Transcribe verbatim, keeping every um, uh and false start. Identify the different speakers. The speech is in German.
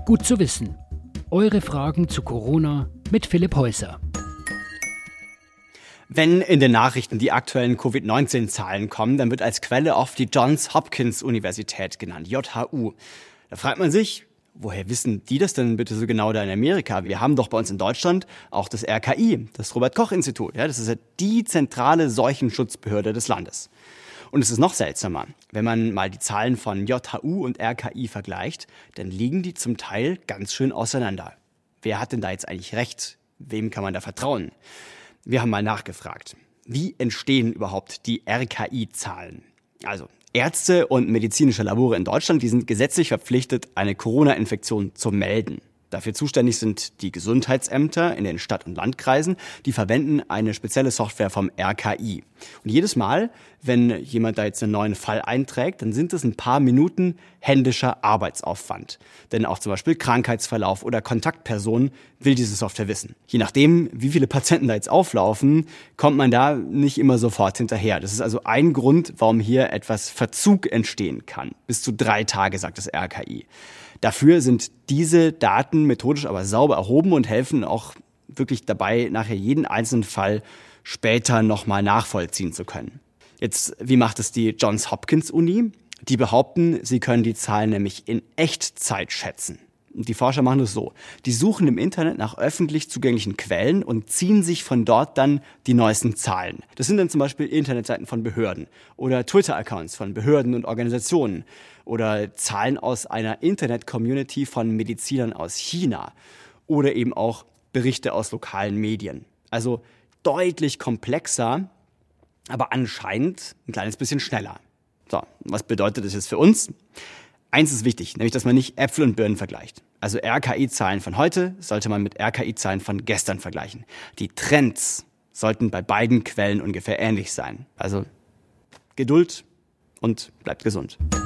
Speaker 1: Gut zu wissen. Eure Fragen zu Corona mit Philipp Häuser.
Speaker 2: Wenn in den Nachrichten die aktuellen Covid neunzehn Zahlen kommen, dann wird als Quelle oft die Johns Hopkins Universität genannt, J H U. Da fragt man sich, woher wissen die das denn bitte so genau da in Amerika? Wir haben doch bei uns in Deutschland auch das R K I, das Robert-Koch-Institut. Ja, das ist ja die zentrale Seuchenschutzbehörde des Landes. Und es ist noch seltsamer, wenn man mal die Zahlen von J H U und R K I vergleicht, dann liegen die zum Teil ganz schön auseinander. Wer hat denn da jetzt eigentlich recht? Wem kann man da vertrauen? Wir haben mal nachgefragt, wie entstehen überhaupt die R K I-Zahlen? Also Ärzte und medizinische Labore in Deutschland, die sind gesetzlich verpflichtet, eine Corona-Infektion zu melden. Dafür zuständig sind die Gesundheitsämter in den Stadt- und Landkreisen. Die verwenden eine spezielle Software vom R K I. Und jedes Mal, wenn jemand da jetzt einen neuen Fall einträgt, dann sind es ein paar Minuten händischer Arbeitsaufwand. Denn auch zum Beispiel Krankheitsverlauf oder Kontaktpersonen will diese Software wissen. Je nachdem, wie viele Patienten da jetzt auflaufen, kommt man da nicht immer sofort hinterher. Das ist also ein Grund, warum hier etwas Verzug entstehen kann. Bis zu drei Tage, sagt das R K I. Dafür sind diese Daten methodisch aber sauber erhoben und helfen auch wirklich dabei, nachher jeden einzelnen Fall später nochmal nachvollziehen zu können. Jetzt, wie macht es die Johns Hopkins Uni? Die behaupten, sie können die Zahlen nämlich in Echtzeit schätzen. Die Forscher machen das so. Die suchen im Internet nach öffentlich zugänglichen Quellen und ziehen sich von dort dann die neuesten Zahlen. Das sind dann zum Beispiel Internetseiten von Behörden oder Twitter-Accounts von Behörden und Organisationen oder Zahlen aus einer Internet-Community von Medizinern aus China oder eben auch Berichte aus lokalen Medien. Also deutlich komplexer, aber anscheinend ein kleines bisschen schneller. So, was bedeutet das jetzt für uns? Eins ist wichtig, nämlich dass man nicht Äpfel und Birnen vergleicht. Also R K I-Zahlen von heute sollte man mit R K I-Zahlen von gestern vergleichen. Die Trends sollten bei beiden Quellen ungefähr ähnlich sein. Also Geduld und bleibt gesund.